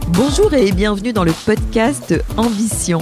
Bonjour et bienvenue dans le podcast Ambition.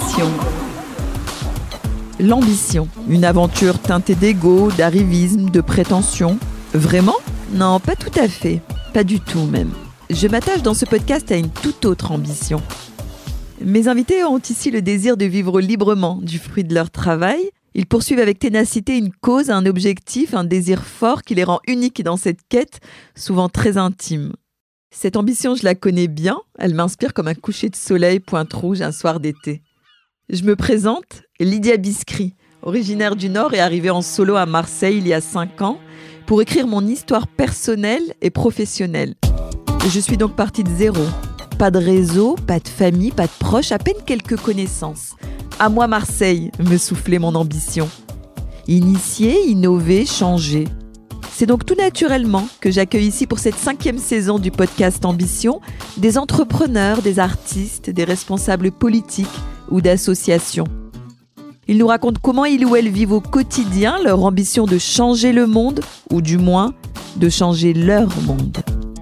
L'ambition, une aventure teintée d'ego, d'arrivisme, de prétention. Vraiment ? Non, pas tout à fait. Pas du tout même. Je m'attache dans ce podcast à une toute autre ambition. Mes invités ont ici le désir de vivre librement du fruit de leur travail. Ils poursuivent avec ténacité une cause, un objectif, un désir fort qui les rend uniques dans cette quête, souvent très intime. Cette ambition, je la connais bien. Elle m'inspire comme un coucher de soleil pointe rouge un soir d'été. Je me présente, Lydia Biskri, originaire du Nord et arrivée en solo à Marseille il y a 5 ans, pour écrire mon histoire personnelle et professionnelle. Je suis donc partie de zéro. Pas de réseau, pas de famille, pas de proches, à peine quelques connaissances. À moi Marseille, me soufflait mon ambition. Initier, innover, changer. C'est donc tout naturellement que j'accueille ici pour cette 5e saison du podcast Ambition des entrepreneurs, des artistes, des responsables politiques ou d'associations. Ils nous racontent comment ils ou elles vivent au quotidien leur ambition de changer le monde, ou du moins de changer leur monde.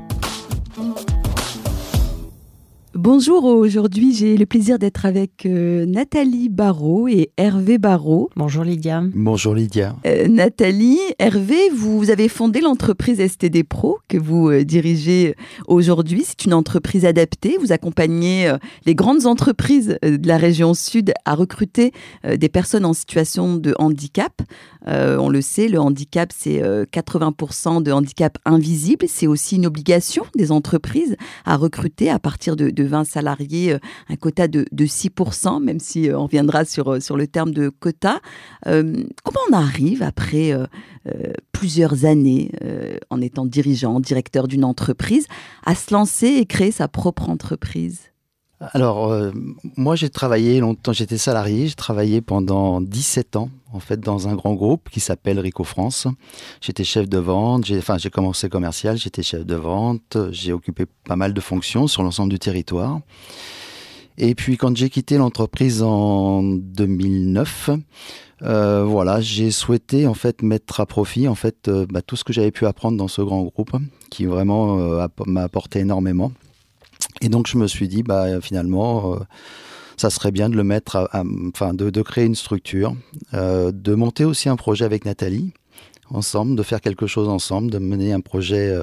Bonjour, aujourd'hui j'ai le plaisir d'être avec Nathalie Barraud et Hervé Barraud. Bonjour Lydia. Bonjour Lydia. Nathalie, Hervé, vous avez fondé l'entreprise STD Pro que vous dirigez aujourd'hui. C'est une entreprise adaptée. Vous accompagnez les grandes entreprises de la région sud à recruter des personnes en situation de handicap. On le sait, le handicap, c'est 80% de handicap invisible. C'est aussi une obligation des entreprises à recruter à partir de 20 salariés, un quota de 6%, même si on reviendra sur le terme de quota. Comment on arrive, après plusieurs années en étant dirigeant, directeur d'une entreprise, à se lancer et créer sa propre entreprise ? Alors, moi j'ai travaillé longtemps, j'étais salarié, j'ai travaillé pendant 17 ans en fait dans un grand groupe qui s'appelle Rico France. J'étais chef de vente, j'ai commencé commercial, j'étais chef de vente, j'ai occupé pas mal de fonctions sur l'ensemble du territoire. Et puis quand j'ai quitté l'entreprise en 2009, j'ai souhaité en fait mettre à profit en fait tout ce que j'avais pu apprendre dans ce grand groupe qui vraiment m'a apporté énormément. Et donc je me suis dit finalement ça serait bien de le mettre de créer une structure, de monter aussi un projet avec Nathalie ensemble, de faire quelque chose ensemble, de mener un projet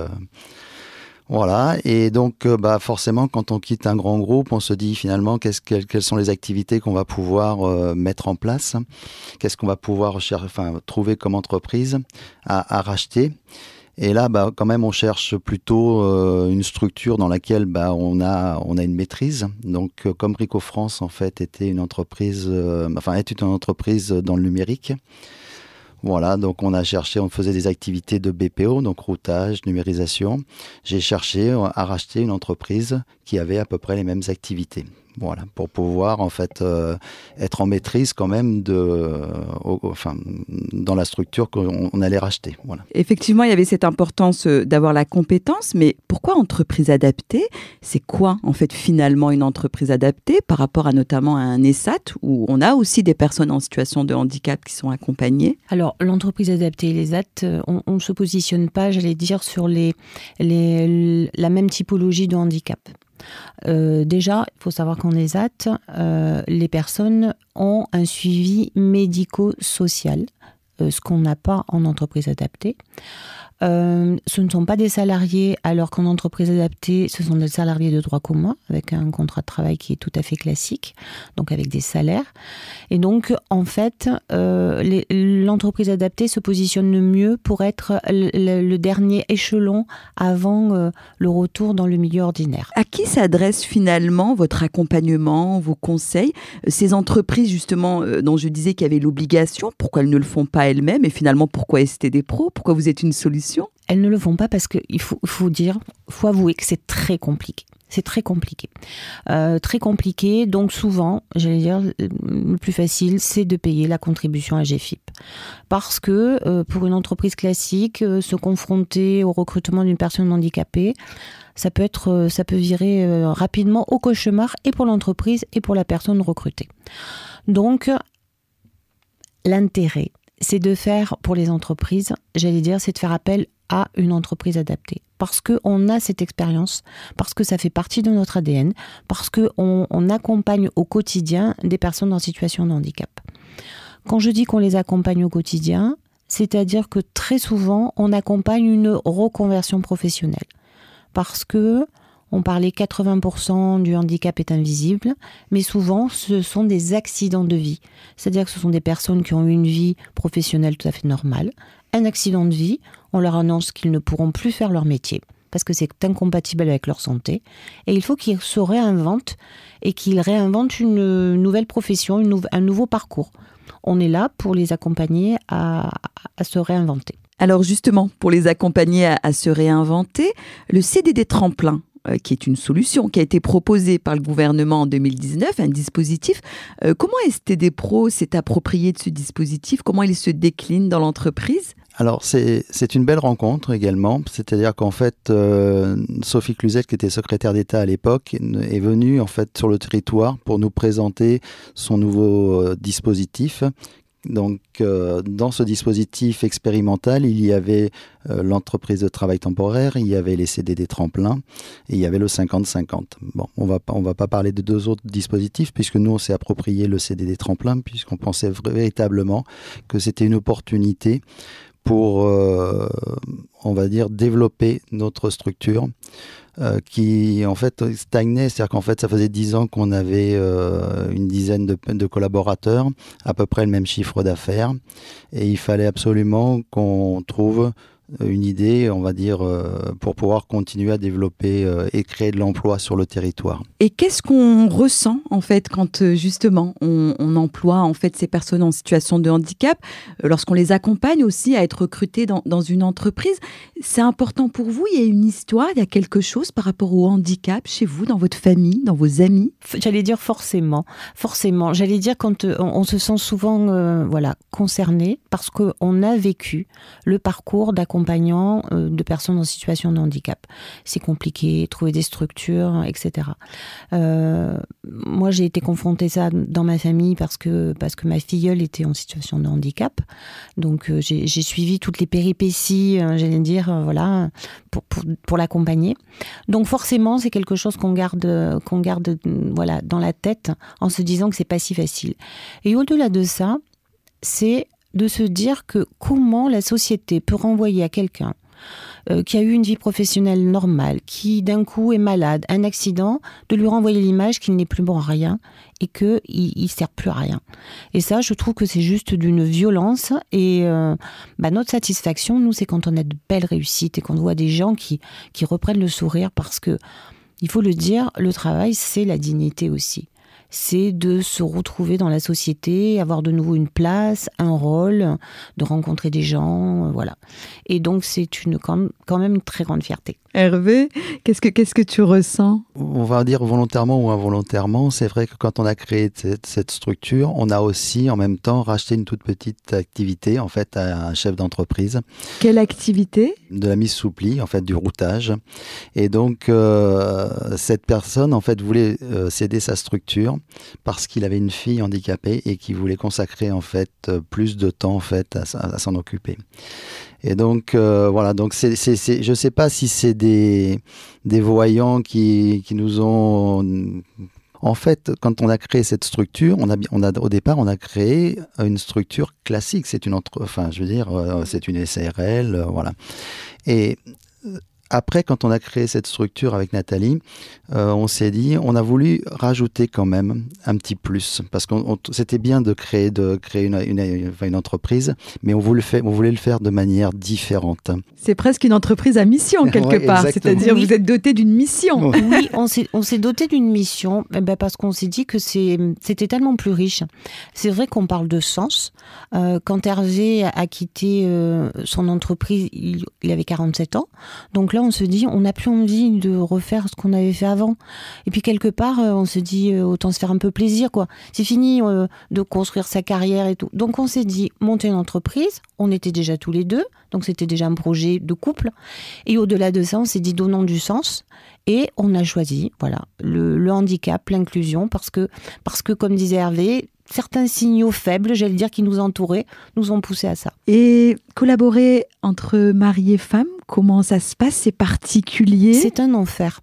et donc forcément quand on quitte un grand groupe, on se dit finalement quelles sont les activités qu'on va pouvoir mettre en place, qu'est-ce qu'on va pouvoir trouver comme entreprise à racheter. Et là, quand même, on cherche plutôt une structure dans laquelle on a une maîtrise. Donc, comme Rico France, en fait, est une entreprise dans le numérique. Voilà, donc on faisait des activités de BPO, donc routage, numérisation. J'ai cherché à racheter une entreprise qui avait à peu près les mêmes activités. Voilà, pour pouvoir en fait être en maîtrise quand même dans la structure qu'on allait racheter. Voilà. Effectivement, il y avait cette importance d'avoir la compétence, mais pourquoi entreprise adaptée ? C'est quoi en fait finalement une entreprise adaptée par rapport notamment à un ESAT où on a aussi des personnes en situation de handicap qui sont accompagnées ? Alors l'entreprise adaptée et les ESAT, on ne se positionne pas, j'allais dire, sur la même typologie de handicap. Déjà, il faut savoir qu'en ESAT, les personnes ont un suivi médico-social, ce qu'on n'a pas en entreprise adaptée. Ce ne sont pas des salariés, alors qu'en entreprise adaptée, ce sont des salariés de droit commun, avec un contrat de travail qui est tout à fait classique, donc avec des salaires. Et donc, en fait, l'entreprise adaptée se positionne le mieux pour être le dernier échelon avant le retour dans le milieu ordinaire. À qui s'adresse finalement votre accompagnement, vos conseils ? Ces entreprises, justement, dont je disais qu'il y avait l'obligation, pourquoi elles ne le font pas elles-mêmes ? Et finalement, pourquoi STD Pro ? Pourquoi vous êtes une solution ? Elles ne le font pas parce qu'il faut avouer que c'est très compliqué. C'est très compliqué. Très compliqué, donc souvent, j'allais dire, le plus facile, c'est de payer la contribution à GFIP. Parce que pour une entreprise classique, se confronter au recrutement d'une personne handicapée, ça peut virer rapidement au cauchemar et pour l'entreprise et pour la personne recrutée. Donc, l'intérêt, c'est de faire, pour les entreprises, j'allais dire, c'est de faire appel à une entreprise adaptée. Parce qu'on a cette expérience, parce que ça fait partie de notre ADN, parce qu'on accompagne au quotidien des personnes en situation de handicap. Quand je dis qu'on les accompagne au quotidien, c'est-à-dire que très souvent, on accompagne une reconversion professionnelle. Parce que on parlait 80% du handicap est invisible, mais souvent ce sont des accidents de vie. C'est-à-dire que ce sont des personnes qui ont eu une vie professionnelle tout à fait normale. Un accident de vie, on leur annonce qu'ils ne pourront plus faire leur métier parce que c'est incompatible avec leur santé. Et il faut qu'ils se réinventent et qu'ils réinventent une nouvelle profession, un nouveau parcours. On est là pour les accompagner à se réinventer. Alors justement, pour les accompagner à se réinventer, le CDD tremplin, qui est une solution qui a été proposée par le gouvernement en 2019, un dispositif. Comment STD Pro s'est approprié de ce dispositif? Comment il se décline dans l'entreprise? Alors, c'est une belle rencontre également. C'est-à-dire qu'en fait, Sophie Cluzet, qui était secrétaire d'État à l'époque, est venue en fait sur le territoire pour nous présenter son nouveau dispositif. Donc, dans ce dispositif expérimental, il y avait l'entreprise de travail temporaire, il y avait les CDD tremplin et il y avait le 50-50. Bon, on va pas parler de deux autres dispositifs puisque nous, on s'est approprié le CDD tremplin puisqu'on pensait véritablement que c'était une opportunité pour, on va dire, développer notre structure qui, en fait, stagnait. C'est-à-dire qu'en fait, ça faisait 10 ans qu'on avait une dizaine de collaborateurs, à peu près le même chiffre d'affaires. Et il fallait absolument qu'on trouve une idée, on va dire, pour pouvoir continuer à développer et créer de l'emploi sur le territoire. Et qu'est-ce qu'on ressent en fait quand justement on emploie en fait ces personnes en situation de handicap, lorsqu'on les accompagne aussi à être recrutées dans une entreprise? C'est important pour vous? Il y a une histoire, il y a quelque chose par rapport au handicap chez vous, dans votre famille, dans vos amis? J'allais dire forcément. J'allais dire quand on se sent souvent concerné parce qu'on a vécu le parcours d'accompagnement de personnes en situation de handicap. C'est compliqué, trouver des structures, etc. Moi, j'ai été confrontée à ça dans ma famille parce que ma filleule était en situation de handicap. Donc, j'ai suivi toutes les péripéties, j'allais dire, pour l'accompagner. Donc, forcément, c'est quelque chose qu'on garde dans la tête en se disant que c'est pas si facile. Et au-delà de ça, c'est de se dire que comment la société peut renvoyer à quelqu'un qui a eu une vie professionnelle normale, qui d'un coup est malade, un accident, de lui renvoyer l'image qu'il n'est plus bon à rien et qu'il ne sert plus à rien. Et ça, je trouve que c'est juste d'une violence. Et notre satisfaction, nous, c'est quand on a de belles réussites et qu'on voit des gens qui reprennent le sourire parce que, il faut le dire, le travail, c'est la dignité aussi. C'est de se retrouver dans la société, avoir de nouveau une place, un rôle, de rencontrer des gens, voilà. Et donc, c'est quand même une très grande fierté. Hervé, qu'est-ce que tu ressens? On va dire volontairement ou involontairement, c'est vrai que quand on a créé cette structure, on a aussi en même temps racheté une toute petite activité en fait à un chef d'entreprise. Quelle activité? De la mise sous pli, en fait du routage. Et donc cette personne en fait voulait céder sa structure parce qu'il avait une fille handicapée et qu'il voulait consacrer en fait plus de temps en fait à s'en occuper. Et donc donc je sais pas si c'est des voyants qui nous ont. En fait, quand on a créé cette structure, au départ, on a créé une structure classique. C'est c'est une SARL, voilà. Et après, quand on a créé cette structure avec Nathalie, on s'est dit, on a voulu rajouter quand même un petit plus, parce que c'était bien de créer une entreprise, mais on voulait le faire de manière différente. C'est presque une entreprise à mission quelque part, exactement. C'est-à-dire vous êtes doté d'une mission. Oui, on s'est doté d'une mission, parce qu'on s'est dit que c'était tellement plus riche. C'est vrai qu'on parle de sens. Quand Hervé a quitté son entreprise, il avait 47 ans, donc là on se dit, on n'a plus envie de refaire ce qu'on avait fait avant. Et puis quelque part, on se dit, autant se faire un peu plaisir, quoi. C'est fini de construire sa carrière et tout. Donc on s'est dit, monter une entreprise, on était déjà tous les deux, donc c'était déjà un projet de couple. Et au-delà de ça, on s'est dit, donnons du sens. Et on a choisi, le handicap, l'inclusion, parce que comme disait Hervé, certains signaux faibles, j'allais dire, qui nous entouraient, nous ont poussé à ça. Et collaborer entre mari et femme, Comment ça se passe? C'est particulier? C'est un enfer.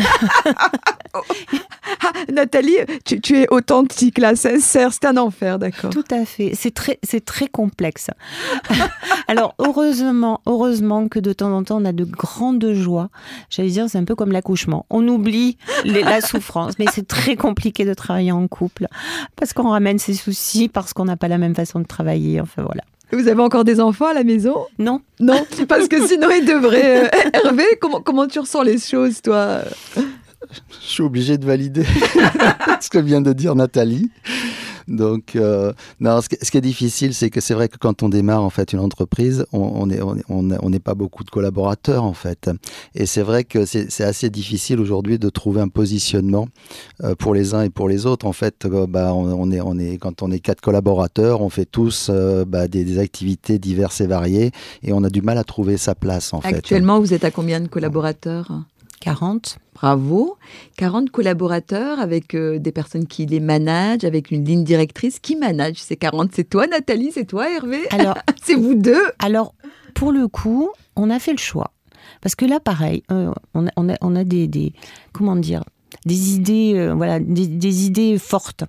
Nathalie, tu es authentique là, sincère, c'est un enfer, d'accord. Tout à fait, c'est très complexe. Alors heureusement que de temps en temps on a de grandes joies. J'allais dire, c'est un peu comme l'accouchement. On oublie la souffrance, mais c'est très compliqué de travailler en couple parce qu'on ramène ses soucis, parce qu'on n'a pas la même façon de travailler, enfin voilà. Vous avez encore des enfants à la maison? Non. Non, parce que sinon ils devraient... Hervé, comment tu ressens les choses, toi? Je suis obligé de valider ce que vient de dire Nathalie. Donc, non, ce qui est difficile, c'est que c'est vrai que quand on démarre en fait une entreprise, on n'est pas beaucoup de collaborateurs en fait. Et c'est vrai que c'est assez difficile aujourd'hui de trouver un positionnement pour les uns et pour les autres. En fait, quand on est 4 collaborateurs, on fait tous des activités diverses et variées, et on a du mal à trouver sa place en fait. Actuellement, vous êtes à combien de collaborateurs? 40. Bravo. 40 collaborateurs avec des personnes qui les managent, avec une ligne directrice. Qui manage ces 40? C'est toi, Nathalie? C'est toi, Hervé? Alors, c'est vous deux? Alors, pour le coup, on a fait le choix. Parce que là, pareil, on a des comment dire, des idées, des idées fortes.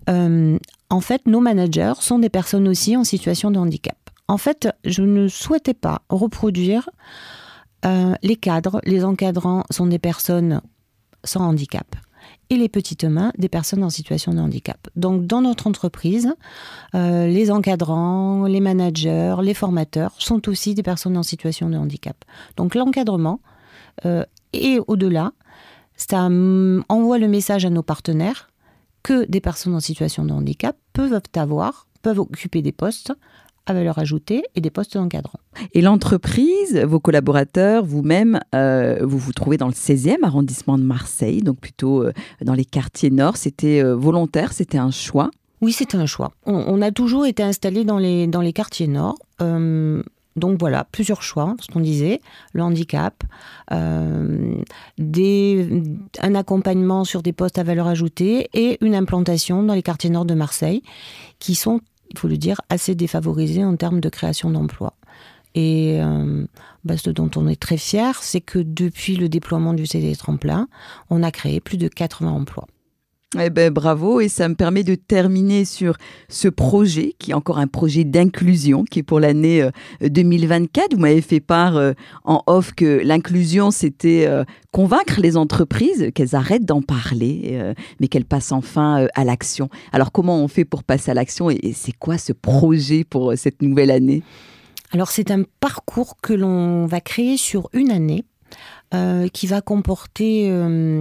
En fait, nos managers sont des personnes aussi en situation de handicap. En fait, je ne souhaitais pas reproduire les cadres, les encadrants sont des personnes sans handicap et les petites mains, des personnes en situation de handicap. Donc, dans notre entreprise, les encadrants, les managers, les formateurs sont aussi des personnes en situation de handicap. Donc, l'encadrement et au-delà, ça envoie le message à nos partenaires que des personnes en situation de handicap peuvent occuper des postes à valeur ajoutée et des postes d'encadrant. Et l'entreprise, vos collaborateurs, vous-même, vous vous trouvez dans le 16e arrondissement de Marseille, donc plutôt dans les quartiers nord. C'était volontaire, c'était un choix? Oui, c'était un choix. On a toujours été installés dans les quartiers nord. Donc voilà, plusieurs choix, ce qu'on disait, le handicap, un accompagnement sur des postes à valeur ajoutée et une implantation dans les quartiers nord de Marseille qui sont, il faut le dire, assez défavorisés en termes de création d'emplois. Et ce dont on est très fiers, c'est que depuis le déploiement du CD Tremplin, on a créé plus de 80 emplois. Eh ben, bravo, et ça me permet de terminer sur ce projet, qui est encore un projet d'inclusion, qui est pour l'année 2024. Vous m'avez fait part en off que l'inclusion, c'était convaincre les entreprises qu'elles arrêtent d'en parler, mais qu'elles passent enfin à l'action. Alors, comment on fait pour passer à l'action, et c'est quoi ce projet pour cette nouvelle année? Alors, c'est un parcours que l'on va créer sur une année. Qui va comporter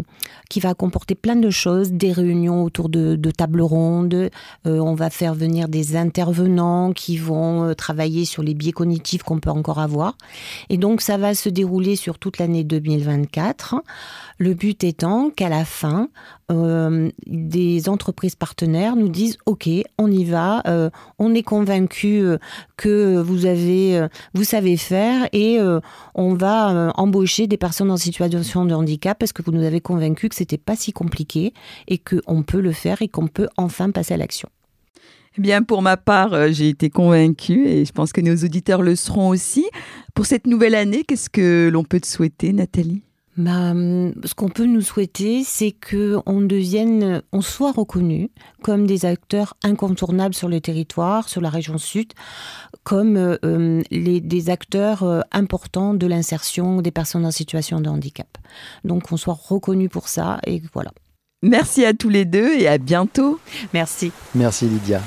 plein de choses, des réunions autour de tables rondes. On va faire venir des intervenants qui vont travailler sur les biais cognitifs qu'on peut encore avoir. Et donc, ça va se dérouler sur toute l'année 2024. Le but étant qu'à la fin, des entreprises partenaires nous disent « Ok, on y va, on est convaincus que vous savez faire et on va embaucher des personnes en situation de handicap parce que vous nous avez convaincus que c'était pas si compliqué et qu'on peut le faire et qu'on peut enfin passer à l'action. » Eh bien, pour ma part, j'ai été convaincue et je pense que nos auditeurs le seront aussi. Pour cette nouvelle année, qu'est-ce que l'on peut te souhaiter, Nathalie ? Ce qu'on peut nous souhaiter, c'est qu'on soit reconnus comme des acteurs incontournables sur le territoire, sur la région sud, comme des acteurs importants de l'insertion des personnes en situation de handicap. Donc, on soit reconnus pour ça et voilà. Merci à tous les deux et à bientôt. Merci. Merci Lydia.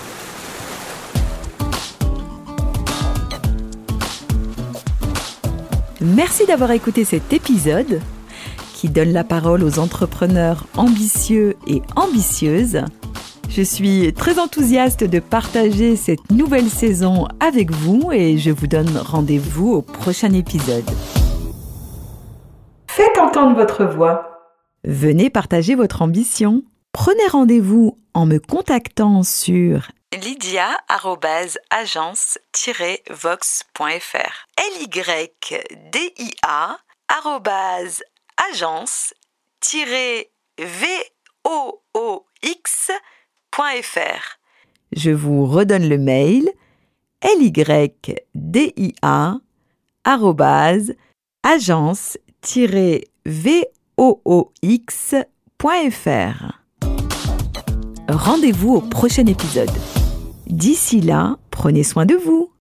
Merci d'avoir écouté cet épisode qui donne la parole aux entrepreneurs ambitieux et ambitieuses. Je suis très enthousiaste de partager cette nouvelle saison avec vous et je vous donne rendez-vous au prochain épisode. Faites entendre votre voix. Venez partager votre ambition. Prenez rendez-vous en me contactant sur lydia@agence-vox.fr lydia@agence-vox.fr. Je vous redonne le mail lydia@agence-vox.fr. agence-voox.fr. Rendez-vous au prochain épisode. D'ici là, prenez soin de vous.